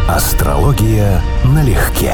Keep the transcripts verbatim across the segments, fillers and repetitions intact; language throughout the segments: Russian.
Астрология налегке.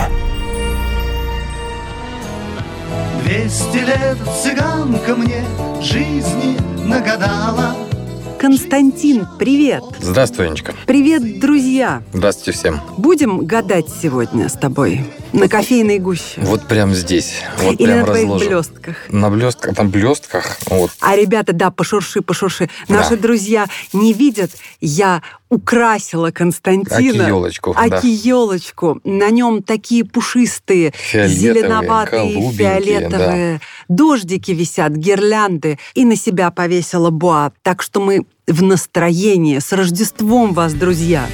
Двести лет цыганка мне жизни нагадала. Константин, привет! Здравствуй, Анечка. Привет, друзья! Здравствуйте всем. Будем гадать сегодня с тобой на кофейной гуще? Вот прям здесь. Вот Или прям на твоих разложим. блестках? На блестках, на блестках. Вот. А ребята, да, пошурши, пошурши. Наши Да. друзья не видят. Я украсила Константина. Аки-елочку, да. Аки-елочку. На нем такие пушистые, Фиолетовые, зеленоватые, голубенькие, фиолетовые. Дождики висят, гирлянды. И на себя повесила буа. Так что мы в настроении. С Рождеством вас, друзья!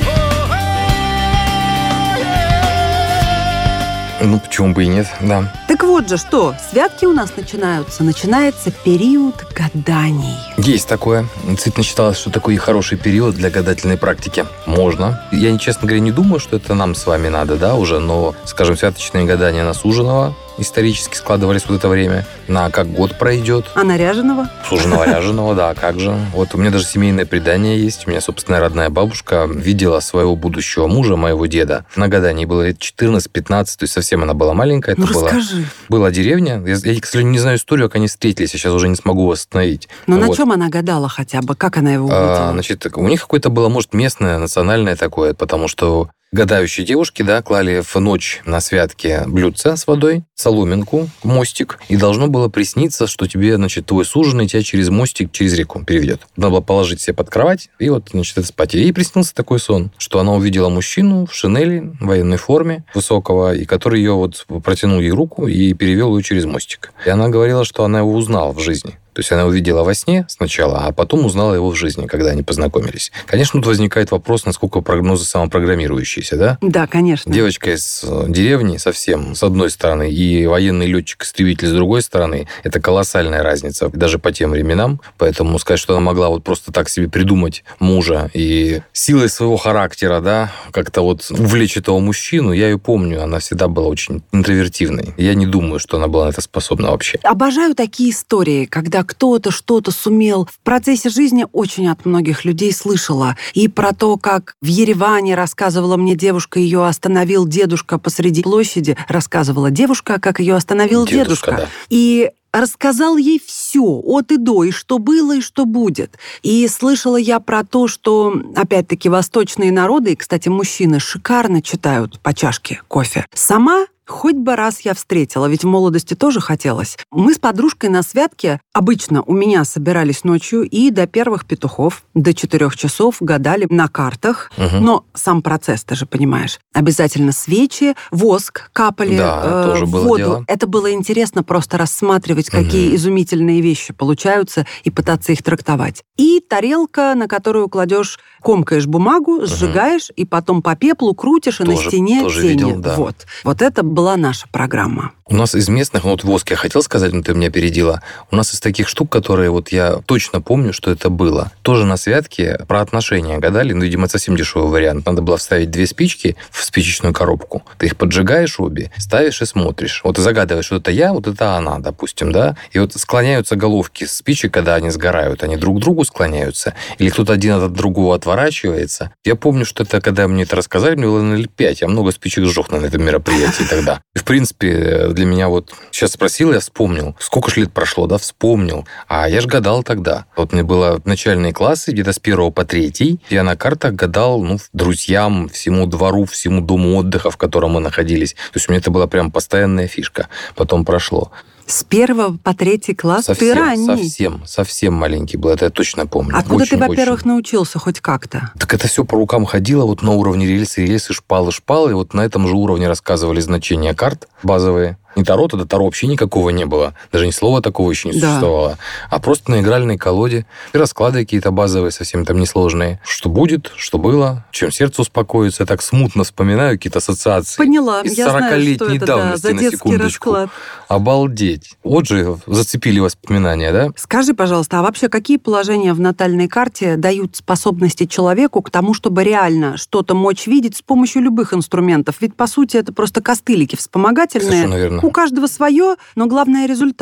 Ну, почему бы и нет, да. Так вот же, что, святки у нас начинаются. Начинается период гаданий. Есть такое. Действительно считалось, что такой хороший период для гадательной практики. Можно. Я, честно говоря, не думаю, что это нам с вами надо, да, уже, но, скажем, святочные гадания на суженого исторически складывались в это время. На как год пройдет. А наряженного? Суженого ряженого, да, как же. Вот у меня даже семейное предание есть. У меня, собственно, родная бабушка видела своего будущего мужа, моего деда. На гадании было лет четырнадцать-пятнадцать, то есть совсем она была маленькая. Это Ну, была, расскажи. была деревня. Я, я, к сожалению, не знаю историю, как они встретились. Я сейчас уже не смогу восстановить. Но Вот. на чем она гадала хотя бы? Как она его А, увидела? значит, у них какое-то было, может, местное, национальное такое, потому что гадающие девушки, да, клали в ночь на святке блюдце с водой, соломинку, мостик, и должно было присниться, что тебе, значит, твой суженый тебя через мостик, через реку переведет. Надо было положить себе под кровать и вот, значит, это спать. И ей приснился такой сон, что она увидела мужчину в шинели, в военной форме, высокого, и который ее вот протянул ей руку и перевел ее через мостик. И она говорила, что она его узнала в жизни. То есть она увидела во сне сначала, а потом узнала его в жизни, когда они познакомились. Конечно, тут возникает вопрос, насколько прогнозы самопрограммирующиеся, да? Да, конечно. Девочка из деревни совсем, с одной стороны, и военный летчик-истребитель с другой стороны, это колоссальная разница, даже по тем временам. Поэтому сказать, что она могла вот просто так себе придумать мужа и силой своего характера, да, как-то вот увлечь этого мужчину, я ее помню, она всегда была очень интровертивной. Я не думаю, что она была на это способна вообще. Обожаю такие истории, когда кто-то что-то сумел. В процессе жизни очень от многих людей слышала. И про то, как в Ереване рассказывала мне девушка, ее остановил дедушка посреди площади. Рассказывала девушка, как ее остановил дедушка. Дедушка, да. И рассказал ей все от и до, и что было, и что будет. И слышала я про то, что, опять-таки, восточные народы, и, кстати, мужчины шикарно читают по чашке кофе. Сама хоть бы раз я встретила, ведь в молодости тоже хотелось. Мы с подружкой на святке обычно у меня собирались ночью и до первых петухов, до четырех часов гадали на картах. Угу. Но сам процесс, ты же понимаешь, обязательно свечи, воск капали Да, э, тоже в было воду. дело. Это было интересно просто рассматривать, какие Угу. изумительные вещи получаются, и пытаться их трактовать. И тарелка, на которую кладешь, комкаешь бумагу, сжигаешь, и потом по пеплу крутишь, и Тоже- на стене тоже тени. видел, да. Вот. Вот это была наша программа. У нас из местных, ну вот воск я хотел сказать, но ты меня опередила. У нас из таких штук, которые вот я точно помню, что это было. Тоже на святке про отношения гадали, ну, видимо, это совсем дешевый вариант. Надо было вставить две спички в спичечную коробку. Ты их поджигаешь обе, ставишь и смотришь. Вот ты загадываешь, что это я, вот это она, допустим, да? И вот склоняются головки спичек, когда они сгорают, они друг к другу склоняются, или кто-то один от другого отворачивается. Я помню, что это, когда мне это рассказали, мне было наверное, лет пять, я много спичек сжег на этом мероприятии тогда. И, в принципе, для меня вот... Сейчас спросил, я вспомнил. Сколько ж лет прошло, да, вспомнил. А я ж гадал тогда. Вот мне было начальные классы, где-то с первого по третий. Я на картах гадал, ну, друзьям, всему двору, всему дому отдыха, в котором мы находились. То есть у меня это была прям постоянная фишка. Потом прошло. С первого по третий класс Совсем, ты ранний. совсем, совсем маленький был. Это я точно помню. Откуда Очень, ты, во-первых, очень. научился хоть как-то? Так это все по рукам ходило вот на уровне рельсы, рельсы, шпалы, шпалы. И вот на этом же уровне рассказывали значения карт базовые. Не таро, тогда таро вообще никакого не было. Даже ни слова такого еще не Да. существовало. А просто на игральной колоде. И расклады какие-то базовые, совсем там несложные. Что будет, что было, чем сердце успокоится. Я так смутно вспоминаю какие-то ассоциации. Поняла. Из Я знаю, что сорокалетней это, да, давности, за на детский секундочку. расклад. Обалдеть. Вот же зацепили воспоминания, да? Скажи, пожалуйста, а вообще какие положения в натальной карте дают способности человеку к тому, чтобы реально что-то мочь видеть с помощью любых инструментов? Ведь, по сути, это просто костылики вспомогательные. Совершенно верно. У каждого свое, но главное — результат.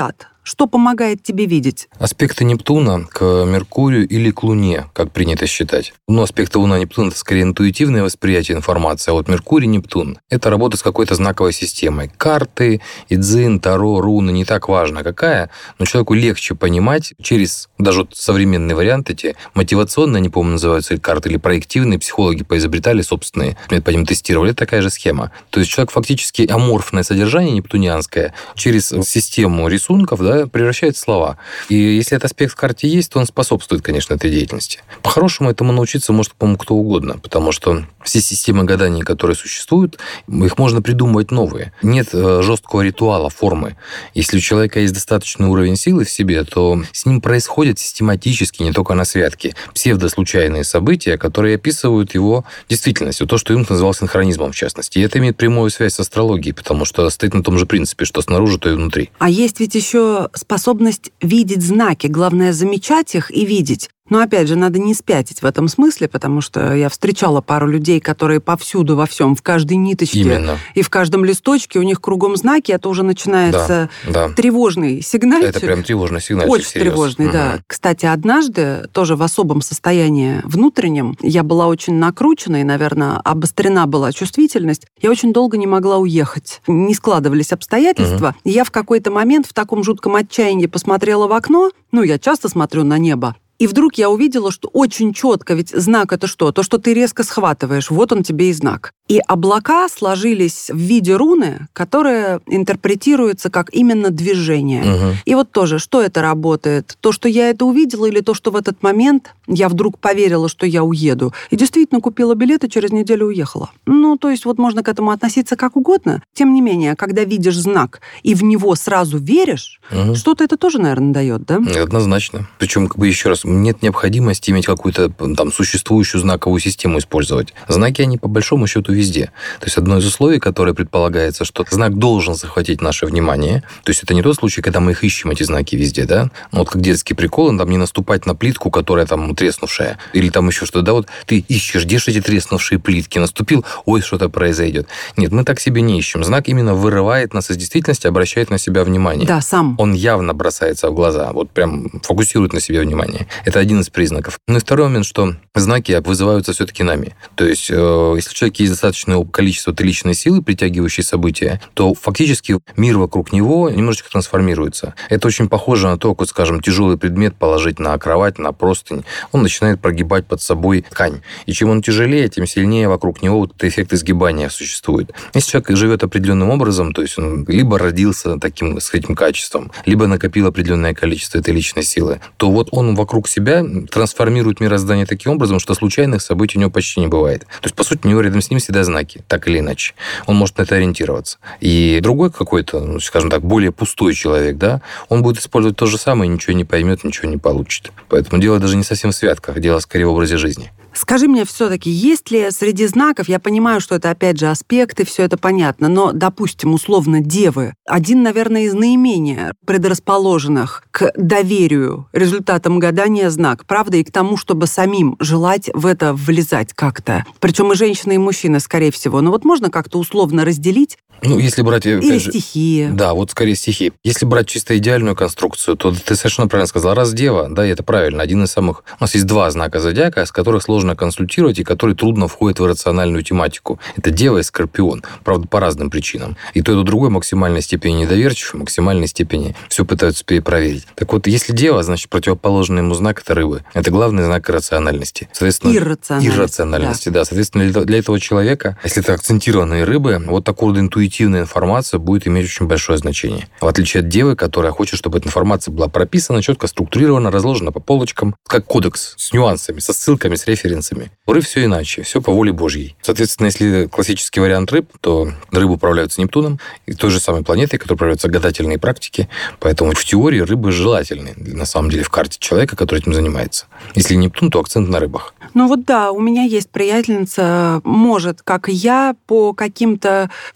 Что помогает тебе видеть? Аспекты Нептуна к Меркурию или к Луне, как принято считать. Ну, аспекты Луна и Нептуна – это скорее интуитивное восприятие информации, а вот Меркурий и Нептун – это работа с какой-то знаковой системой. Карты, идзин, таро, руны – не так важно какая, но человеку легче понимать через даже вот современные варианты, эти мотивационные, они, по-моему, называются или карты, или проективные, психологи поизобретали собственные, по ним тестировали, это такая же схема. То есть человек фактически аморфное содержание нептунианское через систему рисунков, да, превращает в слова. И если этот аспект в карте есть, то он способствует, конечно, этой деятельности. По-хорошему этому научиться может, по-моему, кто угодно, потому что все системы гаданий, которые существуют, их можно придумывать новые. Нет жесткого ритуала, формы. Если у человека есть достаточный уровень силы в себе, то с ним происходят систематически, не только на святке, псевдослучайные события, которые описывают его действительность. То, что Юнг называл синхронизмом, в частности. И это имеет прямую связь с астрологией, потому что стоит на том же принципе, что снаружи, то и внутри. А есть ведь еще способность видеть знаки. Главное, замечать их и видеть. Но, опять же, надо не спятить в этом смысле, потому что я встречала пару людей, которые повсюду, во всем, в каждой ниточке Именно. И в каждом листочке у них кругом знаки, это уже начинается да, да. тревожный сигнальчик. Это прям тревожный сигнальчик. Очень серьезно. тревожный, угу. да. Кстати, однажды, тоже в особом состоянии внутреннем, я была очень накручена, и, наверное, обострена была чувствительность. Я очень долго не могла уехать. Не складывались обстоятельства. Угу. И я в какой-то момент в таком жутком отчаянии посмотрела в окно. Ну, я часто смотрю на небо. И вдруг я увидела, что очень четко, ведь знак — это что? То, что ты резко схватываешь, вот он тебе и знак. И облака сложились в виде руны, которая интерпретируется как именно движение. Угу. И вот тоже, что это работает? То, что я это увидела, или то, что в этот момент я вдруг поверила, что я уеду? И действительно купила билеты, через неделю уехала. Ну, то есть вот можно к этому относиться как угодно. Тем не менее, когда видишь знак и в него сразу веришь, угу. что-то это тоже, наверное, дает, да? Однозначно. Причем, как бы еще раз, нет необходимости иметь какую-то там существующую знаковую систему использовать. Знаки, они по большому счету везде. То есть одно из условий, которое предполагается, что знак должен захватить наше внимание. То есть это не тот случай, когда мы их ищем, эти знаки везде, да? Ну, вот как детский прикол, там не наступать на плитку, которая там треснувшая. Или там еще что-то, да, вот ты ищешь, где же эти треснувшие плитки? Наступил, ой, что-то произойдет. Нет, мы так себе не ищем. Знак именно вырывает нас из действительности, обращает на себя внимание. Да, сам. Он явно бросается в глаза, вот прям фокусирует на себе внимание. Это один из признаков. Ну и второй момент, что знаки вызываются все-таки нами. То есть, э, если у человека есть достаточное количество личной силы, притягивающей события, то фактически мир вокруг него немножечко трансформируется. Это очень похоже на то, как, скажем, тяжелый предмет положить на кровать, на простынь. Он начинает прогибать под собой ткань. И чем он тяжелее, тем сильнее вокруг него вот этот эффект изгибания существует. Если человек живет определенным образом, то есть он либо родился таким, с этим качеством, либо накопил определенное количество этой личной силы, то вот он вокруг себя трансформирует мироздание таким образом, что случайных событий у него почти не бывает. То есть, по сути, у него рядом с ним всегда знаки, так или иначе. Он может на это ориентироваться. И другой какой-то, ну, скажем так, более пустой человек, да, он будет использовать то же самое, ничего не поймет, ничего не получит. Поэтому дело даже не совсем в святках, дело скорее в образе жизни. Скажи мне все-таки, есть ли среди знаков, я понимаю, что это опять же аспекты, все это понятно, но, допустим, условно, девы, один, наверное, из наименее предрасположенных к доверию результатам гадания знак, правда, и к тому, чтобы самим желать в это влезать как-то. Причем и женщины, и мужчины, скорее всего. Но вот можно как-то условно разделить? Ну, если брать... Или же, стихии. Да, вот скорее стихии. Если брать чисто идеальную конструкцию, то ты совершенно правильно сказал. Раз дева, да, и это правильно, один из самых... У нас есть два знака зодиака, с которых сложно консультировать и которые трудно входят в рациональную тематику. Это дева и скорпион. Правда, по разным причинам. И то, и то другое в максимальной степени недоверчив, в максимальной степени все пытаются перепроверить. Так вот, если дева, значит, противоположный ему знак – это рыбы. Это главный знак иррациональности. Соответственно, иррациональности. Иррациональности, да. да. Соответственно, для этого человека, если это акцентированные рыбы, вот такого рода интуитивная информация будет иметь очень большое значение. В отличие от девы, которая хочет, чтобы эта информация была прописана, четко структурирована, разложена по полочкам, как кодекс, с нюансами, со ссылками, с референсами. У рыб все иначе, все по воле Божьей. Соответственно, если классический вариант рыб, то рыбы управляются Нептуном, и той же самой планетой, которой управляются гадательные практики. Поэтому в теории рыбы желательны, на самом деле, в карте человека, который этим занимается. Если Нептун, то акцент на рыбах. Ну вот да, у меня есть приятельница, может, как и я, по каким-то крошечным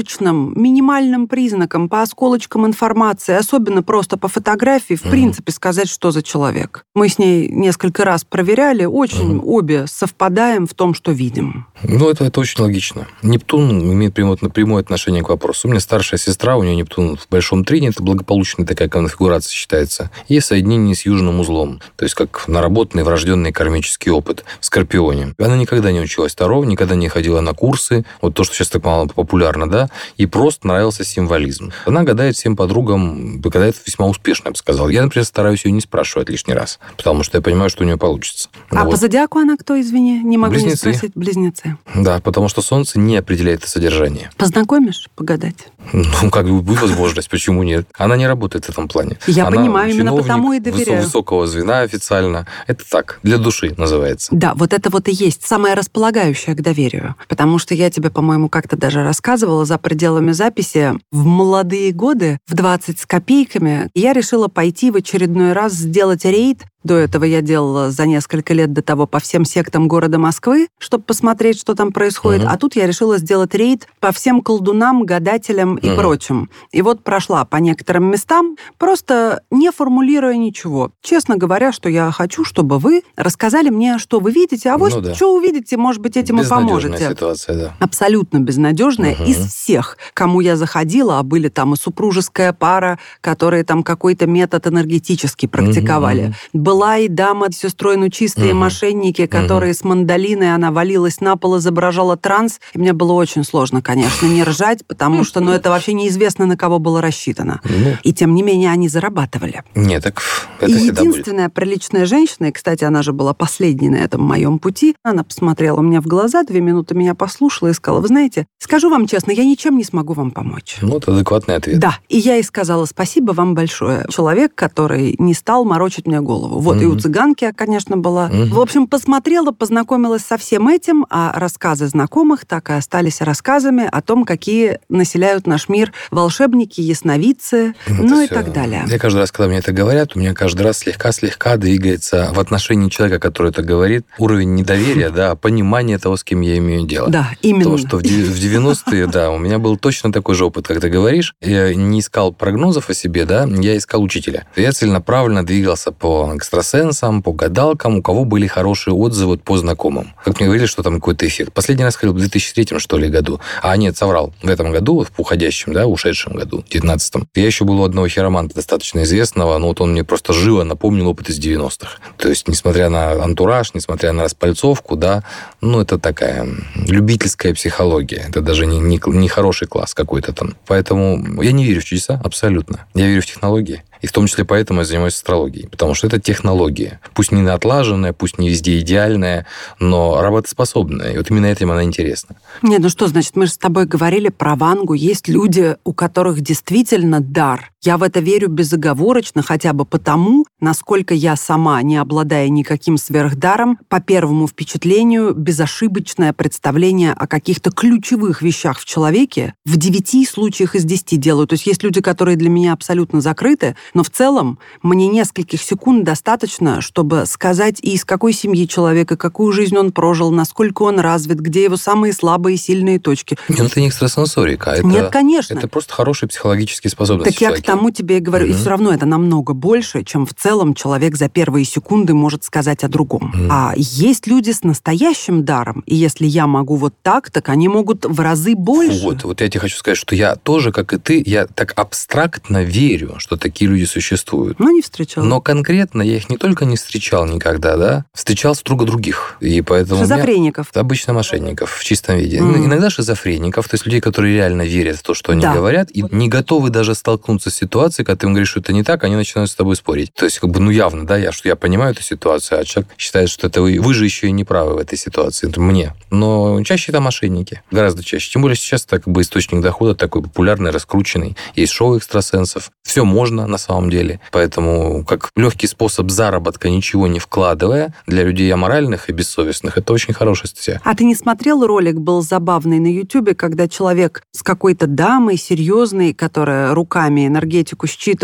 обычным, минимальным признакам, по осколочкам информации, особенно просто по фотографии, в mm-hmm. принципе, сказать, что за человек. Мы с ней несколько раз проверяли, очень mm-hmm. обе совпадаем в том, что видим. Ну, это, это очень логично. Нептун имеет прямо, напрямую отношение к вопросу. У меня старшая сестра, у нее Нептун в большом трине, это благополучная такая конфигурация считается, и соединение с южным узлом, то есть как наработанный врожденный кармический опыт в Скорпионе. Она никогда не училась Таро, никогда не ходила на курсы, вот то, что сейчас так мало популярно, да, и просто нравился символизм. Она гадает всем подругам, гадает весьма успешно, я бы сказал. Я, например, стараюсь ее не спрашивать лишний раз, потому что я понимаю, что у нее получится. А вот. По зодиаку она кто, извини? Не могу Близнецы. не спросить. Близнецы. Да, потому что Солнце не определяет это содержание. Познакомишь погадать? Ну, как бы возможность, почему нет? Она не работает в этом плане. Я Она понимаю, именно потому и доверяю. Высокого звена официально. Это так, для души называется. Да, вот это вот и есть самое располагающее к доверию. Потому что я тебе, по-моему, как-то даже рассказывала за пределами записи. В молодые годы, в двадцать с копейками, я решила пойти в очередной раз сделать рейд. До этого я делала за несколько лет до того по всем сектам города Москвы, чтобы посмотреть, что там происходит. Uh-huh. А тут я решила сделать рейд по всем колдунам, гадателям и uh-huh. прочим. И вот прошла по некоторым местам, просто не формулируя ничего. Честно говоря, что я хочу, чтобы вы рассказали мне, что вы видите, а вот ну, да. что увидите, может быть, этим и поможете. Безнадежная ситуация, да. Абсолютно безнадежная. Uh-huh. Из всех, кому я заходила, а были там и супружеская пара, которые там какой-то метод энергетический практиковали. Uh-huh. Была и дама с сестрой, ну, чистые uh-huh. мошенники, которые uh-huh. с мандолиной, она валилась на пол, изображала транс. И мне было очень сложно, конечно, не ржать, потому что, ну, это вообще неизвестно, на кого было рассчитано. Uh-huh. И, тем не менее, они зарабатывали. Нет, так это и всегда единственная будет. Приличная женщина, и, кстати, она же была последней на этом моем пути, она посмотрела мне в глаза, две минуты меня послушала и сказала: вы знаете, скажу вам честно, я ничем не смогу вам помочь. Ну, это адекватный ответ. Да, и я ей сказала: спасибо вам большое. Человек, который не стал морочить мне голову. Вот, mm-hmm. и у цыганки я, конечно, была. Mm-hmm. В общем, посмотрела, познакомилась со всем этим, а рассказы знакомых так и остались рассказами о том, какие населяют наш мир волшебники, ясновидцы, это ну и все. Так далее. Я каждый раз, когда мне это говорят, у меня каждый раз слегка-слегка двигается в отношении человека, который это говорит, уровень недоверия, да, понимания того, с кем я имею дело. Да, именно. Потому что в девяностые, да, у меня был точно такой же опыт, как ты говоришь. Я не искал прогнозов о себе, да, я искал учителя. Я целенаправленно двигался по экстрасенсам, по гадалкам, у кого были хорошие отзывы по знакомым. Как мне говорили, что там какой-то эффект. Последний раз ходил в две тысячи третьем, что ли, году. А нет, соврал. В этом году, в уходящем, да, ушедшем году, в девятнадцатом. Я еще был у одного хироманта достаточно известного, но вот он мне просто живо напомнил опыт из девяностых. То есть, несмотря на антураж, несмотря на распальцовку, да, ну, это такая любительская психология. Это даже не, не, не хороший класс какой-то там. Поэтому я не верю в чудеса абсолютно. Я верю в технологии. И в том числе поэтому я занимаюсь астрологией. Потому что это технология. Пусть не отлаженная, пусть не везде идеальная, но работоспособная. И вот именно этим она интересна. Нет, ну что, значит, мы же с тобой говорили про Вангу. Есть люди, у которых действительно дар. Я в это верю безоговорочно, хотя бы потому, насколько я сама, не обладая никаким сверхдаром, по первому впечатлению, безошибочное представление о каких-то ключевых вещах в человеке в девяти случаях из десяти делаю. То есть есть люди, которые для меня абсолютно закрыты, но в целом мне нескольких секунд достаточно, чтобы сказать, и из какой семьи человека, какую жизнь он прожил, насколько он развит, где его самые слабые и сильные точки. Нет, это не экстрасенсорика. Это, Нет, конечно. Это просто хорошие психологические способности. Так я к тому тебе и говорю. Mm-hmm. И все равно это намного больше, чем в целом человек за первые секунды может сказать о другом. Mm-hmm. А есть люди с настоящим даром, и если я могу вот так, так они могут в разы больше. Вот, вот я тебе хочу сказать, что я тоже, как и ты, я так абстрактно верю, что такие люди существуют. Ну, не встречал. Но конкретно я их не только не встречал никогда, да, встречал строго других. И поэтому шизофреников. Обычно мошенников в чистом виде. Mm. Иногда шизофреников, то есть людей, которые реально верят в то, что они да. говорят, и не готовы даже столкнуться с ситуацией, когда ты им говоришь, что это не так, они начинают с тобой спорить. То есть, как бы, ну, явно, да, я, что я понимаю эту ситуацию, а человек считает, что это вы, вы же еще и не правы в этой ситуации. Это мне. Но чаще это мошенники. Гораздо чаще. Тем более сейчас это как бы источник дохода такой популярный, раскрученный. Есть шоу экстрасенсов. Все можно на самом деле. Поэтому как легкий способ заработка, ничего не вкладывая, для людей аморальных и бессовестных, это очень хорошая статья. А ты не смотрел ролик, был забавный на Ютубе, когда человек с какой-то дамой серьезной, которая руками энергетику считывает,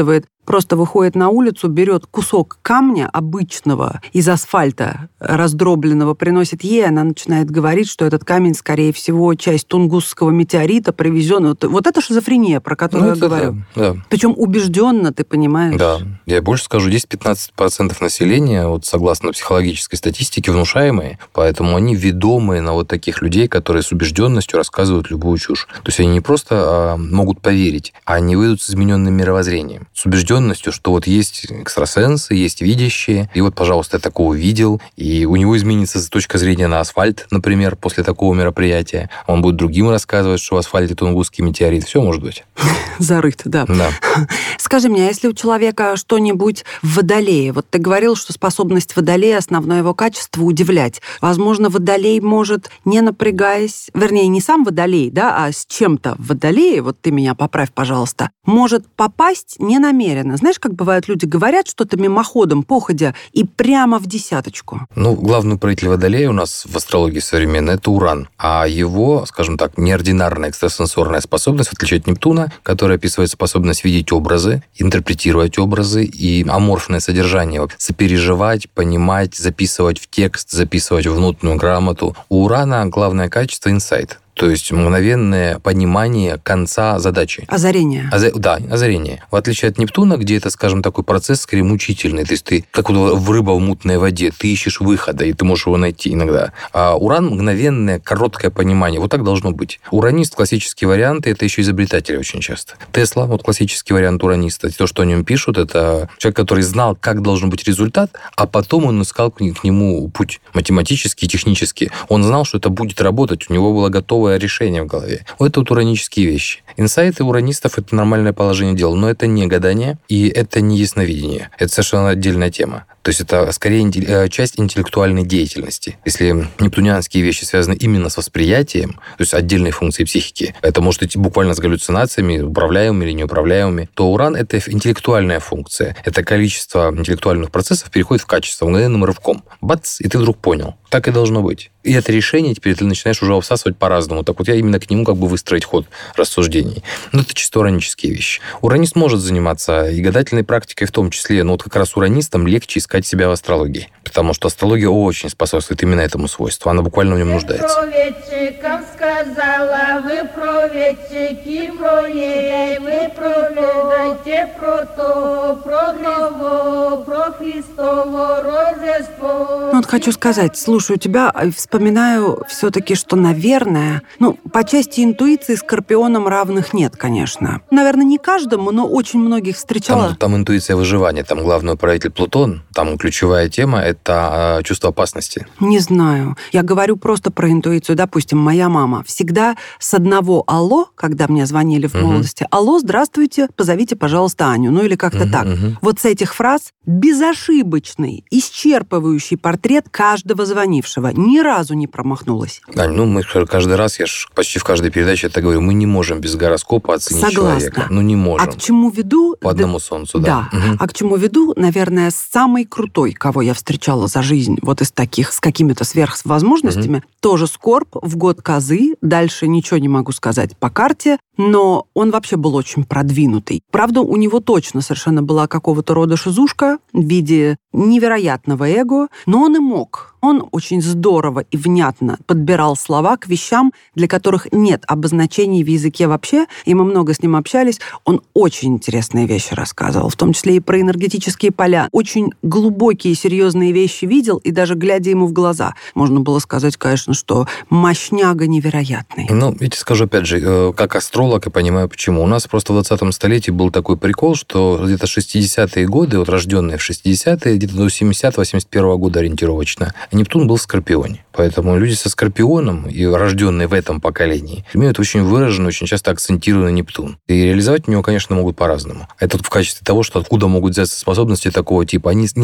просто выходит на улицу, берет кусок камня обычного из асфальта раздробленного, приносит ей, она начинает говорить, что этот камень, скорее всего, часть тунгусского метеорита, привезенного. Вот это шизофрения, про которую ну, я говорю. Да, да. Причем убежденно, ты понимаешь? Да. Я больше скажу, десять-пятнадцать процентов населения, вот согласно психологической статистике, внушаемые, поэтому они ведомые на вот таких людей, которые с убежденностью рассказывают любую чушь. То есть они не просто а, могут поверить, а они выйдут с измененным мировоззрением, с убежденностью, что вот есть экстрасенсы, есть видящие, и вот, пожалуйста, я такого видел, и у него изменится точка зрения на асфальт, например, после такого мероприятия. Он будет другим рассказывать, что в асфальте тунгусский метеорит. Все может быть. Зарыт, да. Да. Скажи мне, а если у человека что-нибудь в водолее? Вот ты говорил, что способность водолея, основное его качество — удивлять. Возможно, водолей может, не напрягаясь, вернее, не сам водолей, да, а с чем-то в водолее, вот ты меня поправь, пожалуйста, может попасть ненамеренно. Знаешь, как бывают люди говорят что-то мимоходом, походя, и прямо в десяточку? Ну, главный правитель водолея у нас в астрологии современной — это Уран. А его, скажем так, неординарная экстрасенсорная способность, в отличие от Нептуна, которая описывает способность видеть образы, интерпретировать образы и аморфное содержание, сопереживать, понимать, записывать в текст, записывать в внутреннюю грамоту. У Урана главное качество — инсайт. То есть мгновенное понимание конца задачи. Озарение. Оза... Да, озарение. В отличие от Нептуна, где это, скажем, такой процесс скорее мучительный. То есть ты, как в рыба в мутной воде, ты ищешь выхода, и ты можешь его найти иногда. А Уран — мгновенное, короткое понимание. Вот так должно быть. Уранист, классический вариант, это еще изобретатели очень часто. Тесла, вот классический вариант ураниста. То, что о нем пишут, это человек, который знал, как должен быть результат, а потом он искал к нему путь математический, технический. Он знал, что это будет работать, у него было готово решение в голове. Вот это вот уранические вещи. Инсайты уранистов — это нормальное положение дел, но это не гадание, и это не ясновидение. Это совершенно отдельная тема. То есть это скорее часть интеллектуальной деятельности. Если нептунианские вещи связаны именно с восприятием, то есть отдельной функцией психики, это может идти буквально с галлюцинациями, управляемыми или неуправляемыми, то Уран — это интеллектуальная функция. Это количество интеллектуальных процессов переходит в качество мгновенным рывком. Бац, и ты вдруг понял. Так и должно быть. И это решение теперь ты начинаешь уже обсасывать по-разному. Так вот я именно к нему как бы выстроить ход рассуждений. Но это чисто уранические вещи. Уранист может заниматься и гадательной практикой в том числе, но вот как раз уранистам легче искать себя в астрологии. Потому что астрология очень способствует именно этому свойству. Она буквально в нем нуждается. Проведчикам сказала, вы проведчики мои, вы проведайте про то, про ново, про Христово Рождество. Ну вот хочу сказать, слушаю тебя, вспоминаю все-таки, что, наверное, ну, по части интуиции Скорпионам равных нет, конечно. Наверное, не каждому, но очень многих встречала. Там, там интуиция выживания, там главный правитель Плутон, там ключевая тема — это чувство опасности. Не знаю. Я говорю просто про интуицию. Допустим, моя мама всегда с одного «алло», когда мне звонили в молодости, угу. «алло, здравствуйте, позовите, пожалуйста, Аню», ну или как-то угу, так. Угу. Вот с этих фраз безошибочный, исчерпывающий портрет каждого звонившего. Ни разу не промахнулась. Ань, ну мы каждый раз, я же почти в каждой передаче это говорю, мы не можем без гороскопа оценить Согласна. Человека. Ну не можем. А к чему веду? По одному солнцу, да. Да. Угу. А к чему веду, наверное, самый крутой, кого я встречала за жизнь, вот из таких, с какими-то сверхвозможностями, угу. тоже Скорб в год Козы. Дальше ничего не могу сказать по карте, но он вообще был очень продвинутый. Правда, у него точно совершенно была какого-то рода шизушка в виде невероятного эго, но он и мог. Он очень здорово и внятно подбирал слова к вещам, для которых нет обозначений в языке вообще, и мы много с ним общались. Он очень интересные вещи рассказывал, в том числе и про энергетические поля. Очень глубокие, серьезные вещи видел, и даже глядя ему в глаза, можно было сказать, конечно, что мощняга невероятный. Ну, я тебе скажу, опять же, как астролог, я понимаю, почему. У нас просто в двадцатом столетии был такой прикол, что где-то шестидесятые годы, вот рожденные в шестидесятые, где-то до семидесятого-восемьдесят первого года ориентировочно, Нептун был в Скорпионе. Поэтому люди со Скорпионом и рожденные в этом поколении имеют очень выраженный, очень часто акцентированный Нептун. И реализовать у него, конечно, могут по-разному. Это в качестве того, что откуда могут взяться способности такого типа. Они не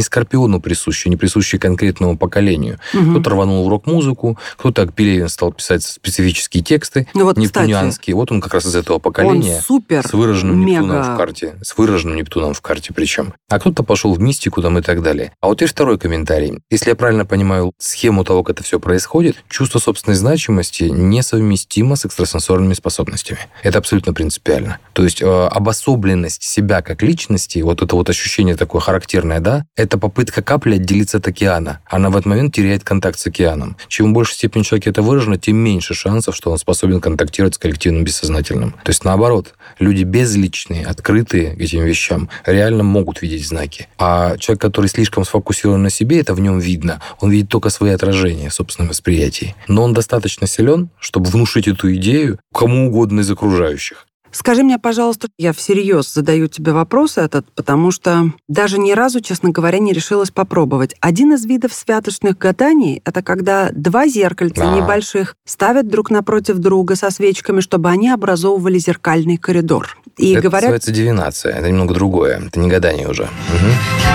не Скорпиону присущи, не присущи конкретному поколению. Угу. Кто-то рванул в рок-музыку, кто-то, как Пелевин, стал писать специфические тексты, ну, вот, нептунианские. Вот он как раз из этого поколения. Он супер, с выраженным мега... Нептуном в карте. С выраженным Нептуном в карте причем. А кто-то пошел в мистику там и так далее. А вот теперь второй комментарий. Если я правильно понимаю схему того, как это все происходит, чувство собственной значимости несовместимо с экстрасенсорными способностями. Это абсолютно принципиально. То есть э, обособленность себя как личности, вот это вот ощущение такое характерное, да, это попытка капли отделиться от океана. Она в этот момент теряет контакт с океаном. Чем больше степень человека это выражено, тем меньше шансов, что он способен контактировать с коллективным бессознательным. То есть наоборот, люди безличные, открытые к этим вещам, реально могут видеть знаки. А человек, который слишком сфокусирован на себе, это в нем видно. Он видит только свои отражения в собственном восприятии. Но он достаточно силен, чтобы внушить эту идею кому угодно из окружающих. Скажи мне, пожалуйста, я всерьез задаю тебе вопрос этот, потому что даже ни разу, честно говоря, не решилась попробовать. Один из видов святочных гаданий — это когда два зеркальца А-а-а. небольших ставят друг напротив друга со свечками, чтобы они образовывали зеркальный коридор. И это говорят... называется дивинация. Это немного другое. Это не гадание уже. Угу.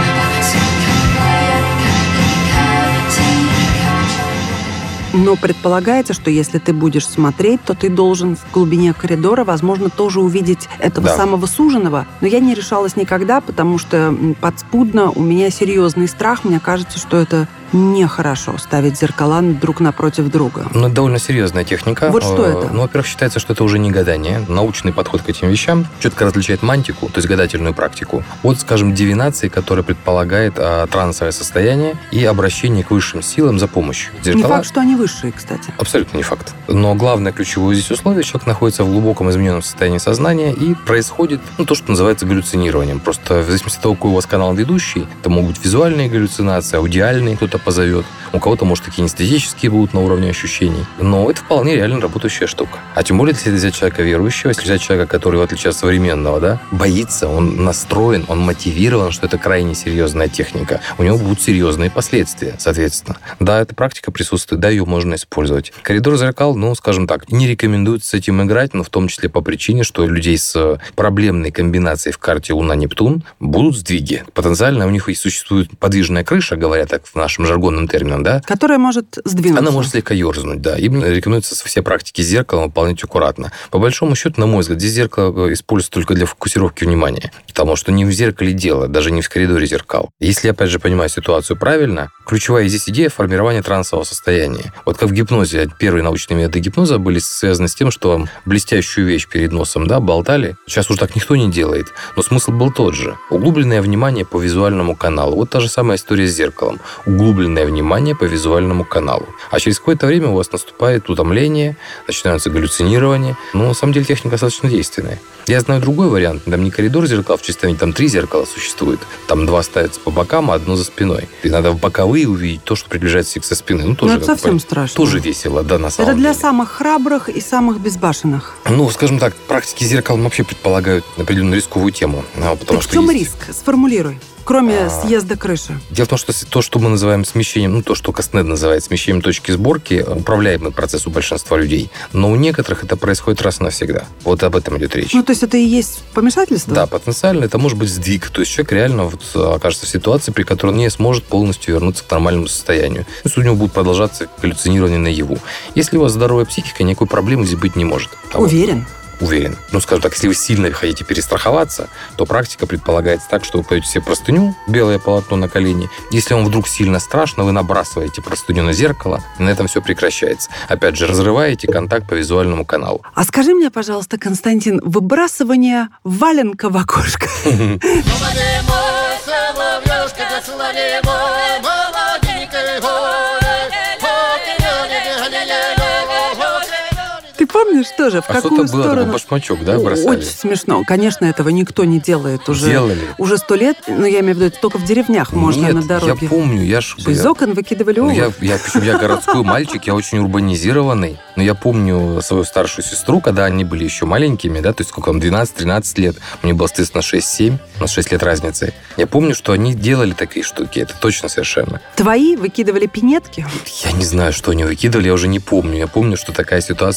Но предполагается, что если ты будешь смотреть, то ты должен в глубине коридора, возможно, тоже увидеть этого да. самого суженого. Но я не решалась никогда, потому что подспудно у меня серьезный страх. Мне кажется, что это нехорошо ставить зеркала друг напротив друга. Ну, это довольно серьезная техника. Вот что это? Ну, во-первых, считается, что это уже не гадание. Научный подход к этим вещам четко различает мантику, то есть гадательную практику, от, скажем, дивинации, которая предполагает а, трансовое состояние и обращение к высшим силам за помощью. Зеркала... Не факт, что они высшие, кстати. Абсолютно не факт. Но главное ключевое здесь условие: человек находится в глубоком измененном состоянии сознания, и происходит ну, то, что называется галлюцинированием. Просто в зависимости от того, какой у вас канал ведущий, это могут быть визуальные галлюцинации, аудиальные, кто-то позовет. У кого-то, может, такие кинестетические будут на уровне ощущений. Но это вполне реально работающая штука. А тем более, если взять человека верующего, если взять человека, который, в отличие от современного, да, боится, он настроен, он мотивирован, что это крайне серьезная техника. У него будут серьезные последствия, соответственно. Да, эта практика присутствует, да, ее можно использовать. Коридор зеркал, ну, скажем так, не рекомендуется с этим играть, но в том числе по причине, что людей с проблемной комбинацией в карте Луна-Нептун будут сдвиги. Потенциально у них и существует подвижная крыша, говоря так в нашем жаргонном термине, да? Которая может сдвинуться. Она может слегка ерзнуть, да. Им рекомендуется все практики с зеркалом выполнять аккуратно. По большому счету, на мой взгляд, здесь зеркало используется только для фокусировки внимания. Потому что не в зеркале дело, даже не в коридоре зеркал. Если я, опять же, понимаю ситуацию правильно, ключевая здесь идея формирования трансового состояния. Вот как в гипнозе, первые научные методы гипноза были связаны с тем, что блестящую вещь перед носом, да, болтали. Сейчас уже так никто не делает. Но смысл был тот же. Углубленное внимание по визуальному каналу. Вот та же самая история с зеркалом. Углубленное внимание по визуальному каналу. А через какое-то время у вас наступает утомление, начинаются галлюцинирования. Но на самом деле техника достаточно действенная. Я знаю другой вариант. Там не коридор зеркал в чистом виде, там три зеркала существует. Там два ставятся по бокам, а одно за спиной. И надо в боковые увидеть то, что приближается со спины. Ну, тоже, ну, это совсем понять, страшно. Тоже весело, да, на самом деле. Это для деле. самых храбрых и самых безбашенных. Ну, скажем так, практики зеркал вообще предполагают определенную рисковую тему. Потому так что в чем есть... риск? Сформулируй. Кроме а... съезда крыши. Дело в том, что то, что мы называем смещением, ну, то, что Кастнет называет смещением точки сборки, управляемый процесс у большинства людей. Но у некоторых это происходит раз и навсегда. Вот об этом идет речь. Ну, то есть это и есть помешательство? Да, потенциально это может быть сдвиг. То есть человек реально вот окажется в ситуации, при которой он не сможет полностью вернуться к нормальному состоянию. То есть у него будут продолжаться галлюцинирования наяву. Если у вас здоровая психика, никакой проблемы здесь быть не может. А Уверен? Вот. Уверен. Ну, скажем так, если вы сильно хотите перестраховаться, то практика предполагается так, что вы кладете себе простыню, белое полотно на колени. Если вам вдруг сильно страшно, вы набрасываете простыню на зеркало, и на этом все прекращается. Опять же, разрываете контакт по визуальному каналу. А скажи мне, пожалуйста, Константин, выбрасывание валенка в окошко. Ты помнишь тоже, в а какую что-то было, сторону? такой башмачок, да, бросали? Очень смешно. Конечно, этого никто не делает уже. Делали. Уже сто лет, но я имею в виду, это только в деревнях можно Нет, на дороге. я помню, я ж... Из я... окон выкидывали олов. Я, я, причем я городской мальчик, я очень урбанизированный, но я помню свою старшую сестру, когда они были еще маленькими, да, то есть сколько там, двенадцать-тринадцать лет, мне было, соответственно, шесть-семь, у нас шесть лет разницы. Я помню, что они делали такие штуки, это точно совершенно. Твои выкидывали пинетки? Я не знаю, что они выкидывали, я уже не помню. Я помню, что такая ситуация была.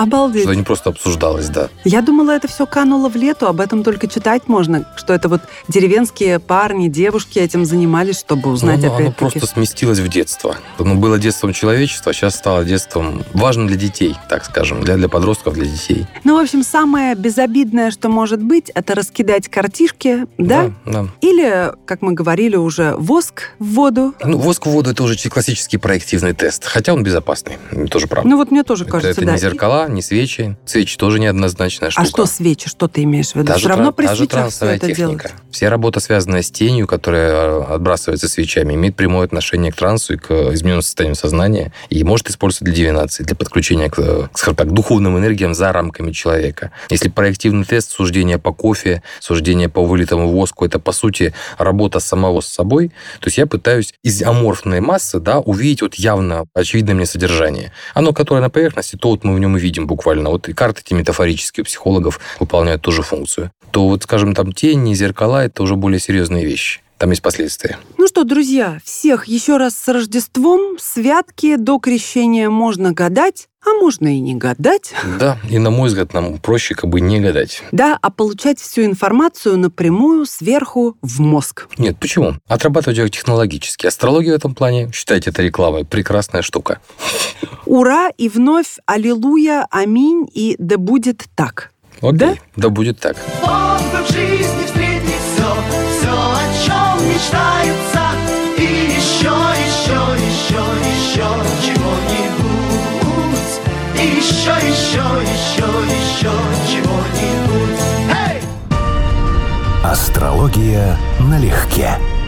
Обалдеть. Что не просто обсуждалось, да. Я думала, это все кануло в лету, об этом только читать можно, что это вот деревенские парни, девушки этим занимались, чтобы узнать, ну, оно, опять-таки. Оно просто сместилось в детство. Оно было детством человечества, сейчас стало детством важным для детей, так скажем, для, для подростков, для детей. Ну, в общем, самое безобидное, что может быть, это раскидать картишки, да? Да, да. Или, как мы говорили уже, воск в воду. Ну, воск в воду – это уже классический проективный тест, хотя он безопасный, тоже правда. Ну, вот мне тоже это, кажется, это да. не зеркала, не свечи. Свечи тоже неоднозначная штука. А что свечи? Что ты имеешь в виду? Та Все же, равно при та же свечах все трансовая это техника. делать. Вся работа, связанная с тенью, которая отбрасывается свечами, имеет прямое отношение к трансу и к измененному состоянию сознания и может использоваться для дивинации, для подключения к, скажем так, духовным энергиям за рамками человека. Если проективный тест, суждение по кофе, суждение по вылитому воску, это, по сути, работа самого с собой, то есть я пытаюсь из аморфной массы, да, увидеть вот явно очевидное мне содержание. Оно, которое на поверхности, то вот мы в нем и видим буквально. Вот и карты эти метафорические у психологов выполняют ту же функцию. То вот, скажем, там тени, зеркала – это уже более серьезные вещи. Там есть последствия. Ну что, друзья, всех еще раз с Рождеством, святки, до крещения можно гадать, а можно и не гадать. Да, и на мой взгляд, нам проще как бы не гадать. Да, а получать всю информацию напрямую, сверху, в мозг. Нет, почему? Отрабатывать ее технологически. Астрология в этом плане, считайте это рекламой, прекрасная штука. Ура, и вновь аллилуйя, аминь, и да будет так. Окей, да? Да будет так. Бог бы в жизни встретить все, все, о чем мечтается, и еще, еще, еще, еще чего-нибудь, и еще, еще, еще, еще чего-нибудь. Эй! Астрология налегке.